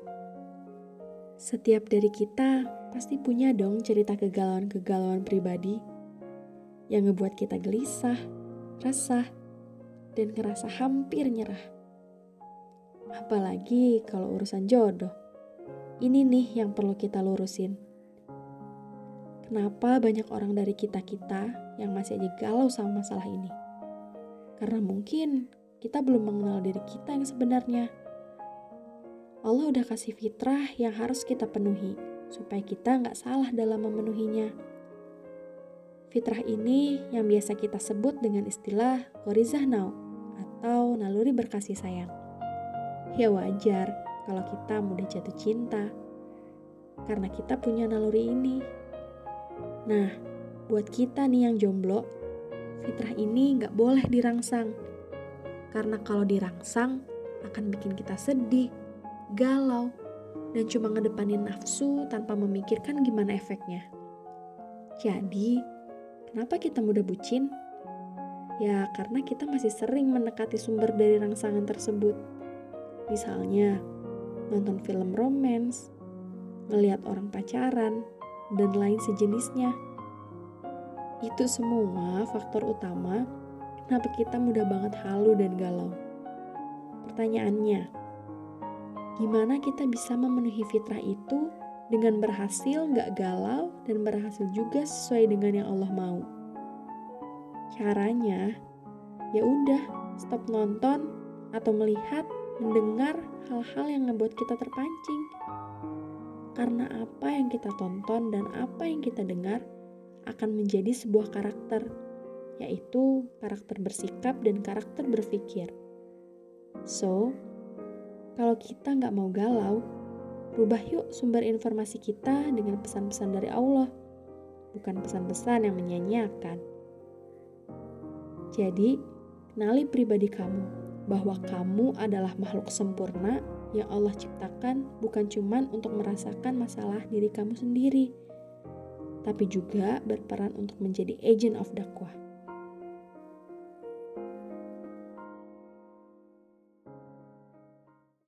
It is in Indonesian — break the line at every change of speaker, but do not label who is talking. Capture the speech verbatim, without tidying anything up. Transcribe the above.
Setiap dari kita pasti punya dong cerita kegalauan-kegalauan pribadi yang ngebuat kita gelisah, resah, dan ngerasa hampir nyerah. Apalagi kalau urusan jodoh. Ini nih yang perlu kita lurusin. Kenapa banyak orang dari kita-kita yang masih aja galau sama masalah ini? Karena mungkin kita belum mengenal diri kita yang sebenarnya. Allah udah kasih fitrah yang harus kita penuhi, supaya kita nggak salah dalam memenuhinya. Fitrah ini yang biasa kita sebut dengan istilah Ghorizah Now atau naluri berkasih sayang. Ya wajar kalau kita mudah jatuh cinta, karena kita punya naluri ini. Nah, buat kita nih yang jomblo, fitrah ini nggak boleh dirangsang. Karena kalau dirangsang akan bikin kita sedih, galau, dan cuma ngedepanin nafsu tanpa memikirkan gimana efeknya. Jadi, kenapa kita mudah bucin? Ya, karena kita masih sering mendekati sumber dari rangsangan tersebut. Misalnya, nonton film romance, ngelihat orang pacaran, dan lain sejenisnya. Itu semua faktor utama kenapa kita mudah banget halu dan galau. Pertanyaannya, gimana kita bisa memenuhi fitrah itu dengan berhasil gak galau dan berhasil juga sesuai dengan yang Allah mau? Caranya, ya udah stop nonton atau melihat, mendengar hal-hal yang ngebuat kita terpancing. Karena apa yang kita tonton dan apa yang kita dengar akan menjadi sebuah karakter, yaitu karakter bersikap dan karakter berpikir. So, kalau kita nggak mau galau, rubah yuk sumber informasi kita dengan pesan-pesan dari Allah, bukan pesan-pesan yang menyanyiakan. Jadi, kenali pribadi kamu, bahwa kamu adalah makhluk sempurna yang Allah ciptakan bukan cuman untuk merasakan masalah diri kamu sendiri, tapi juga berperan untuk menjadi agent of dakwah.